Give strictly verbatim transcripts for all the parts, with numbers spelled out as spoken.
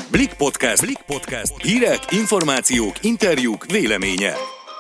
Blik Podcast. Blik Podcast. Hírek, információk, interjúk, véleménye.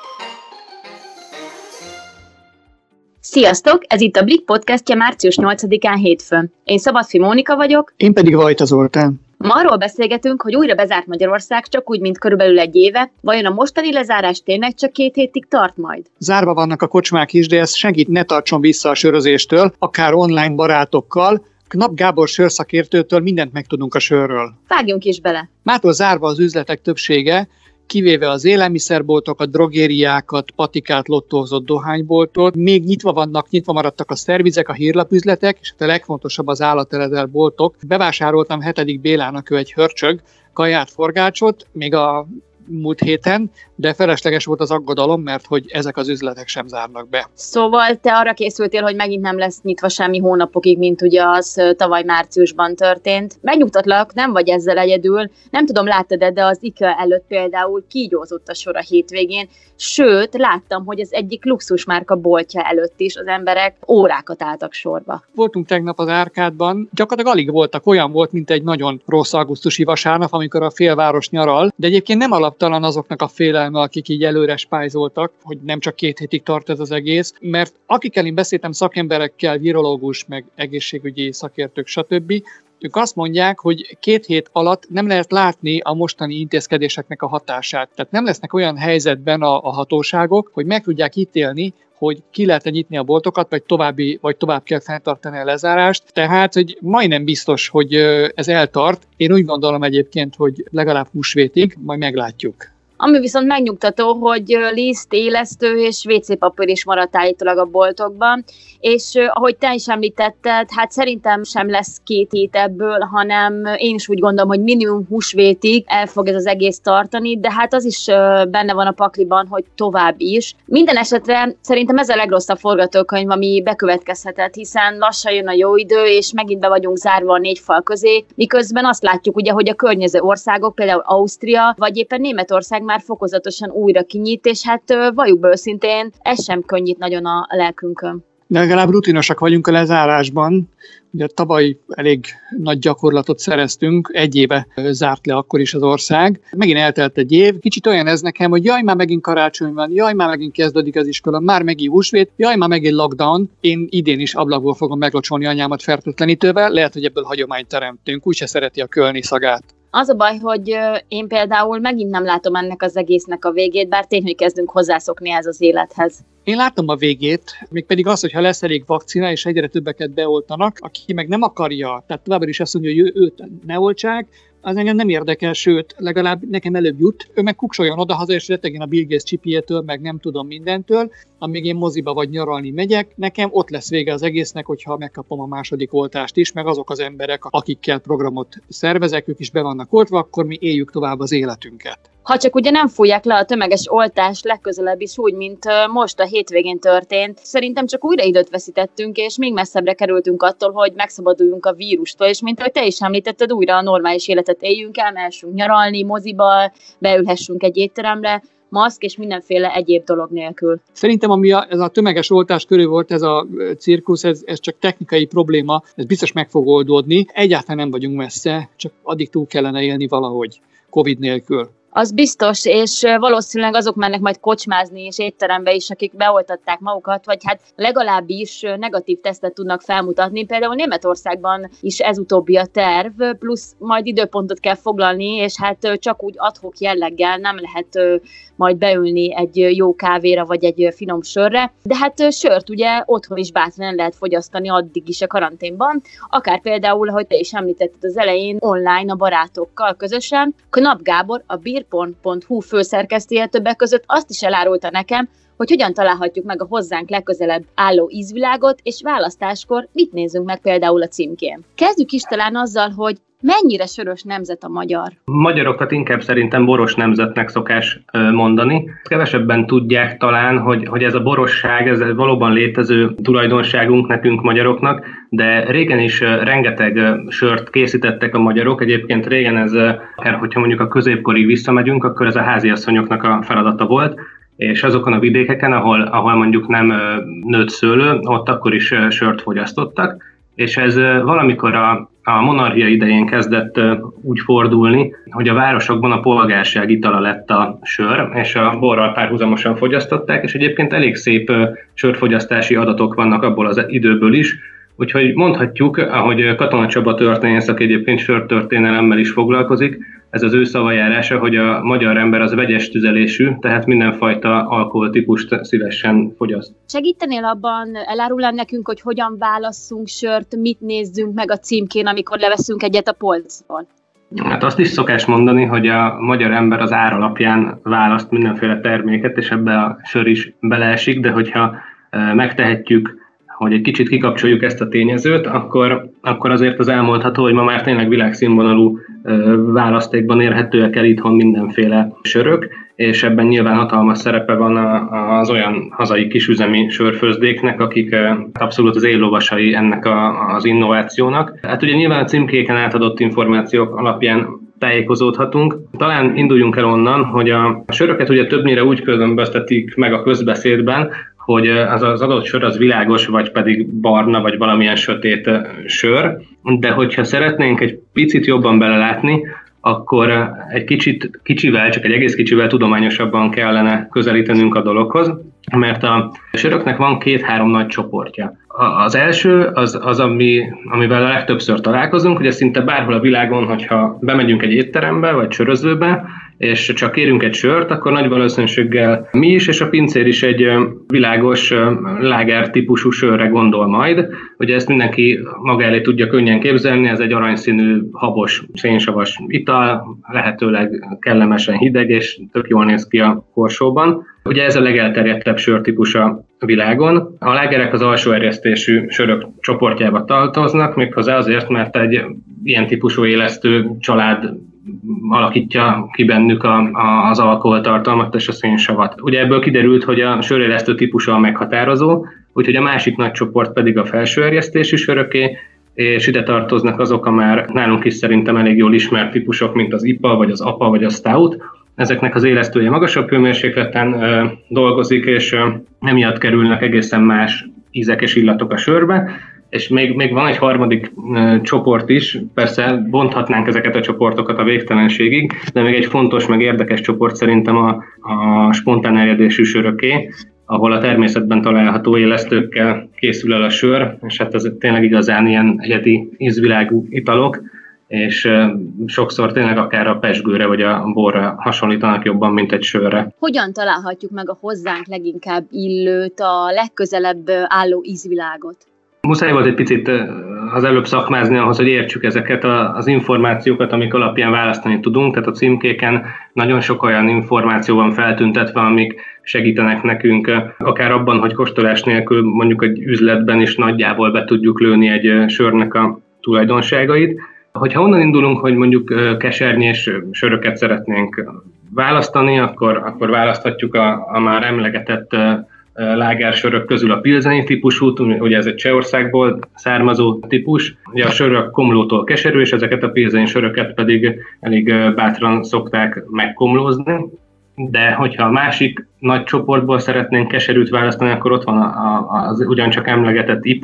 Sziasztok! Ez itt a Blik Podcastja március nyolcadikán hétfőn. Én Szabadfi Mónika vagyok. Én pedig Vajta Zoltán. Ma arról beszélgetünk, hogy újra bezárt Magyarország csak úgy, mint körülbelül egy éve. Vajon a mostani lezárás tényleg csak két hétig tart majd? Zárva vannak a kocsmák is, de ez segít, ne tartson vissza a sörözéstől, akár online barátokkal. Knap Gábor sörszakértőtől mindent megtudunk a sörről. Vágjunk is bele! Mától zárva az üzletek többsége, kivéve az élelmiszerboltokat, drogériákat, patikát, lottózott dohányboltot. Még nyitva vannak, nyitva maradtak a szervizek, a hírlapüzletek, és a legfontosabb az állateledel boltok. Bevásároltam hetedik Bélának ő egy hörcsög, kaját, forgácsot, még a múlt héten, de felesleges volt az aggodalom, mert hogy ezek az üzletek sem zárnak be. Szóval te arra készültél, hogy megint nem lesz nyitva semmi hónapokig, mint ugye az tavaly márciusban történt. Megnyugtatlak, nem vagy ezzel egyedül. Nem tudom, láttad, de az IKEA előtt például kígyózott a sor a hétvégén, sőt, láttam, hogy az egyik luxusmárka boltja előtt is az emberek órákat álltak sorba. Voltunk tegnap az Árkádban, gyakorlatilag alig voltak, olyan volt, mint egy nagyon rossz augusztusi vasárnap, amikor a félváros nyaral, de egyébként nem alaptalan azoknak a félelme, akik így előre spájzoltak, hogy nem csak két hétig tart ez az egész, mert akikkel én beszéltem, szakemberekkel, virológus, meg egészségügyi szakértők, stb., ők azt mondják, hogy két hét alatt nem lehet látni a mostani intézkedéseknek a hatását. Tehát nem lesznek olyan helyzetben a, a hatóságok, hogy meg tudják ítélni, hogy ki lehet nyitni a boltokat, vagy, további, vagy tovább kell fenntartani a lezárást. Tehát, hogy majdnem biztos, hogy ez eltart. Én úgy gondolom egyébként, hogy legalább húsvétig, majd meglátjuk. Ami viszont megnyugtató, hogy liszt, élesztő és vé cé papír is maradt állítólag a boltokban, és ahogy te is említetted, hát szerintem sem lesz két hét ebből, hanem én is úgy gondolom, hogy minimum húsvétig el fog ez az egész tartani, de hát az is benne van a pakliban, hogy tovább is. Minden esetre szerintem ez a legrosszabb forgatókönyv, ami bekövetkezhetett, hiszen lassan jön a jó idő, és megint be vagyunk zárva a négy fal közé, miközben azt látjuk ugye, hogy a környező országok, például Ausztria, vagy éppen Németország már fokozatosan újra kinyit, és hát valljuk be őszintén, ez sem könnyít nagyon a lelkünkön. De legalább rutinosak vagyunk a lezárásban. Ugye tavaly elég nagy gyakorlatot szereztünk, egy éve zárt le akkor is az ország. Megint eltelt egy év, kicsit olyan ez nekem, hogy jaj, már megint karácsony van, jaj, már megint kezdődik az iskola, már megint húsvét, jaj, már megint lockdown. Én idén is ablakból fogom meglocsolni anyámat fertőtlenítővel, lehet, hogy ebből hagyományt teremtünk, úgyse szereti a kölni szagát. Az a baj, hogy én például megint nem látom ennek az egésznek a végét, bár tény, hogy kezdünk hozzászokni ez az élethez. Én látom a végét, mégpedig az, hogyha lesz elég vakcina, és egyre többeket beoltanak, aki meg nem akarja, tehát továbbra is azt mondja, hogy őt ne oltsák, az engem nem érdekel, sőt, legalább nekem előbb jut, ő meg kuksoljon oda-haza, és rettegjen a Bill Gates csipjétől, meg nem tudom mindentől, amíg én moziba vagy nyaralni megyek, nekem ott lesz vége az egésznek, hogyha megkapom a második oltást is, meg azok az emberek, akikkel programot szervezek, ők is be vannak oltva, akkor mi éljük tovább az életünket. Ha csak ugye nem fújják le a tömeges oltást legközelebb is úgy, mint most a hétvégén történt, szerintem csak újra időt veszítettünk, és még messzebbre kerültünk attól, hogy megszabaduljunk a vírustól, és mint ahogy te is említetted, újra a normális életet éljünk el, mehessünk nyaralni, moziba, beülhessünk egy étteremre, maszk és mindenféle egyéb dolog nélkül. Szerintem, ami a, ez a tömeges oltás körül volt, ez a cirkusz, ez, ez csak technikai probléma, ez biztos meg fog oldódni. Egyáltalán nem vagyunk messze, csak addig túl kellene élni valahogy, Covid nélkül. Az biztos, és valószínűleg azok mennek majd kocsmázni és étterembe is, akik beoltatták magukat, vagy hát legalábbis negatív tesztet tudnak felmutatni. Például Németországban is ez utóbbi a terv, plusz majd időpontot kell foglalni, és hát csak úgy ad-hoc jelleggel nem lehet majd beülni egy jó kávéra vagy egy finom sörre. De hát sört ugye otthon is bátran lehet fogyasztani addig is a karanténban, akár például, ahogy te is említetted az elején, online a barátokkal közösen. Knap Gábor, a beerporn pont hu főszerkesztője többek között azt is elárulta nekem, hogy hogyan találhatjuk meg a hozzánk legközelebb álló ízvilágot, és választáskor mit nézzünk meg például a címkén. Kezdjük is talán azzal, hogy mennyire sörös nemzet a magyar? Magyarokat inkább szerintem boros nemzetnek szokás mondani. Kevesebben tudják talán, hogy, hogy ez a borosság, ez valóban létező tulajdonságunk nekünk magyaroknak, de régen is rengeteg sört készítettek a magyarok. Egyébként régen ez, hogyha mondjuk a középkorig visszamegyünk, akkor ez a háziasszonyoknak a feladata volt, és azokon a vidékeken, ahol, ahol mondjuk nem nőtt szőlő, ott akkor is sört fogyasztottak, és ez valamikor a, a monarchia idején kezdett úgy fordulni, hogy a városokban a polgárság itala lett a sör, és a borral párhuzamosan fogyasztották, és egyébként elég szép sörfogyasztási adatok vannak abból az időből is, úgyhogy mondhatjuk, ahogy Katona Csaba történész, aki egyébként sörtörténelemmel is foglalkozik, ez az ő szavajárása, hogy a magyar ember az vegyes tüzelésű, tehát mindenfajta alkoholtípust szívesen fogyaszt. Segítenél abban, elárulnál nekünk, hogy hogyan válasszunk sört, mit nézzünk meg a címkén, amikor leveszünk egyet a polcról? Hát azt is szokás mondani, hogy a magyar ember az ár alapján választ mindenféle terméket, és ebbe a sör is beleesik, de hogyha megtehetjük, hogy egy kicsit kikapcsoljuk ezt a tényezőt, akkor, akkor azért az elmondható, hogy ma már tényleg világszínvonalú választékban érhetőek el itthon mindenféle sörök, és ebben nyilván hatalmas szerepe van az olyan hazai kisüzemi sörfőzdéknek, akik abszolút az éllovasai ennek a, az innovációnak. Hát ugye nyilván a címkéken átadott információk alapján tájékozódhatunk. Talán induljunk el onnan, hogy a söröket ugye többnyire úgy különböztetik meg a közbeszédben, hogy az az adott sör az világos, vagy pedig barna, vagy valamilyen sötét sör, de hogyha szeretnénk egy picit jobban belelátni, akkor egy kicsit kicsivel, csak egy egész kicsivel tudományosabban kellene közelítenünk a dologhoz, mert a söröknek van két-három nagy csoportja. Az első az, az ami, amivel a legtöbbször találkozunk, hogy szinte bárhol a világon, hogyha bemegyünk egy étterembe vagy sörözőbe, és csak kérünk egy sört, akkor nagy valószínűséggel mi is, és a pincér is egy világos láger típusú sörre gondol majd. Ugye ezt mindenki maga elé tudja könnyen képzelni, ez egy aranyszínű, habos, szénsavas ital, lehetőleg kellemesen hideg, és tök jól néz ki a korsóban. Ugye ez a legelterjedtebb sörtípus a világon. A lágerek az alsó erjesztésű sörök csoportjába tartoznak, méghozzá azért, mert egy ilyen típusú élesztő család alakítja ki bennük a, a, az alkoholtartalmat és a szénsavat. Ugye ebből kiderült, hogy a sörélesztő típusa a meghatározó, úgyhogy a másik nagy csoport pedig a felső erjesztésű söröké, és ide tartoznak azok a már nálunk is szerintem elég jól ismert típusok, mint az i pé á, vagy az á pé á, vagy a stout. Ezeknek az élesztője magasabb hőmérsékleten ö, dolgozik, és ö, emiatt kerülnek egészen más ízek és illatok a sörbe. És még, még van egy harmadik ö, csoport is, persze bonthatnánk ezeket a csoportokat a végtelenségig, de még egy fontos, meg érdekes csoport szerintem a, a spontán erjedésű söröké, ahol a természetben található élesztőkkel készül el a sör, és hát ez tényleg igazán ilyen egyedi ízvilágú italok, és ö, sokszor tényleg akár a pezsgőre vagy a borra hasonlítanak jobban, mint egy sörre. Hogyan találhatjuk meg a hozzánk leginkább illőt, a legközelebb álló ízvilágot? Muszáj volt egy picit az előbb szakmázni ahhoz, hogy értsük ezeket az információkat, amik alapján választani tudunk. Tehát a címkéken nagyon sok olyan információ van feltüntetve, amik segítenek nekünk akár abban, hogy kóstolás nélkül mondjuk egy üzletben is nagyjából be tudjuk lőni egy sörnek a tulajdonságait. Hogyha onnan indulunk, hogy mondjuk kesernyés söröket szeretnénk választani, akkor, akkor választhatjuk a, a már emlegetett lágersörök közül a pilzeni típusút, ugye ez egy Csehországból származó típus. Ugye a sör a komlótól keserű, és ezeket a pilzeni söröket pedig elég bátran szokták megkomlózni. De hogyha a másik nagy csoportból szeretnénk keserűt választani, akkor ott van az ugyancsak emlegetett i pé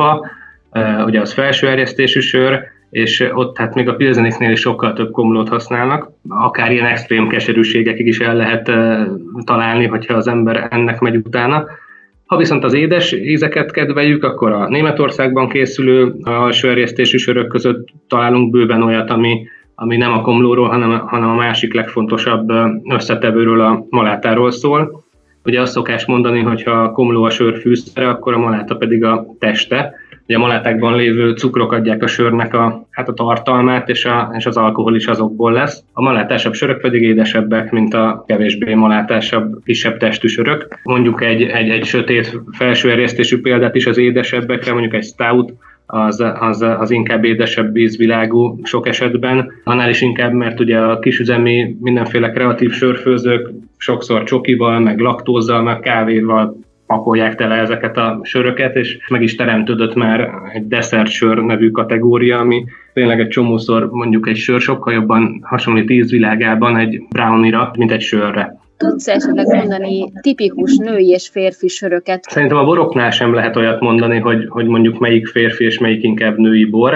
á, ugye az felső erjesztésű sör, és ott hát még a pilzeniknél is sokkal több komlót használnak. Akár ilyen extrém keserűségekig is el lehet találni, hogyha az ember ennek megy utána. Ha viszont az édes ízeket kedveljük, akkor a Németországban készülő alsó erjesztésű sörök között találunk bőven olyat, ami, ami nem a komlóról, hanem, hanem a másik legfontosabb összetevőről, a malátáról szól. Ugye azt szokás mondani, hogy ha a komló a sör fűszere, akkor a maláta pedig a teste. Ugye a malátákban lévő cukrok adják a sörnek a, hát a tartalmát, és, a, és az alkohol is azokból lesz. A malátásabb sörök pedig édesebbek, mint a kevésbé malátásabb, kisebb testű sörök. Mondjuk egy, egy, egy sötét felső erjesztésű példát is az édesebbekre, mondjuk egy stout, az, az, az inkább édesebb ízvilágú sok esetben. Annál is inkább, mert ugye a kisüzemi mindenféle kreatív sörfőzők sokszor csokival, meg laktózzal, meg kávéval pakolják tele ezeket a söröket, és meg is teremtődött már egy desszertsör nevű kategória, ami tényleg egy csomószor mondjuk egy sör sokkal jobban hasonlít ízvilágában egy brownie-ra, mint egy sörre. Tudsz esetleg mondani tipikus női és férfi söröket? Szerintem a boroknál sem lehet olyat mondani, hogy, hogy mondjuk melyik férfi és melyik inkább női bor.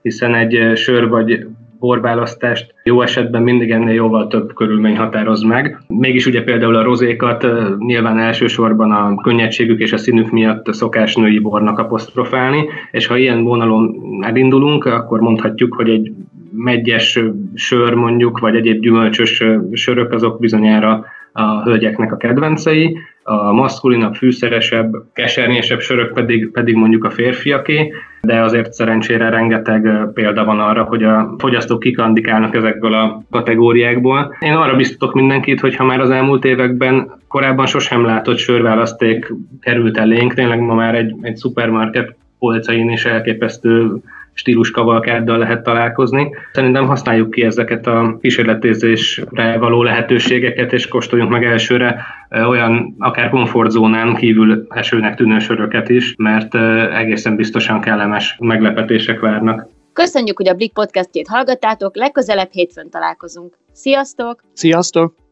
hiszen egy sör vagy borválasztást jó esetben mindig ennél jóval több körülmény határoz meg. Mégis ugye például a rozékat nyilván elsősorban a könnyedségük és a színük miatt szokás női bornak apostrofálni, és ha ilyen vonalon elindulunk, akkor mondhatjuk, hogy egy meggyes sör mondjuk, vagy egyéb gyümölcsös sörök azok bizonyára a hölgyeknek a kedvencei, a maszkulinabb, fűszeresebb, kesernyésebb sörök pedig, pedig mondjuk a férfiaké, de azért szerencsére rengeteg példa van arra, hogy a fogyasztók kikandikálnak ezekből a kategóriákból. Én arra biztatok mindenkit, hogy ha már az elmúlt években korábban sosem látott sörválaszték került elénk, tényleg ma már egy, egy szupermarket polcain is elképesztő stíluskavalkáddal lehet találkozni. Szerintem használjuk ki ezeket a kísérletezésre való lehetőségeket, és kóstoljunk meg elsőre olyan akár komfortzónán kívül esőnek tűnő söröket is, mert egészen biztosan kellemes meglepetések várnak. Köszönjük, hogy a Blik podcastjét hallgattátok, legközelebb hétfőn találkozunk. Sziasztok! Sziasztok!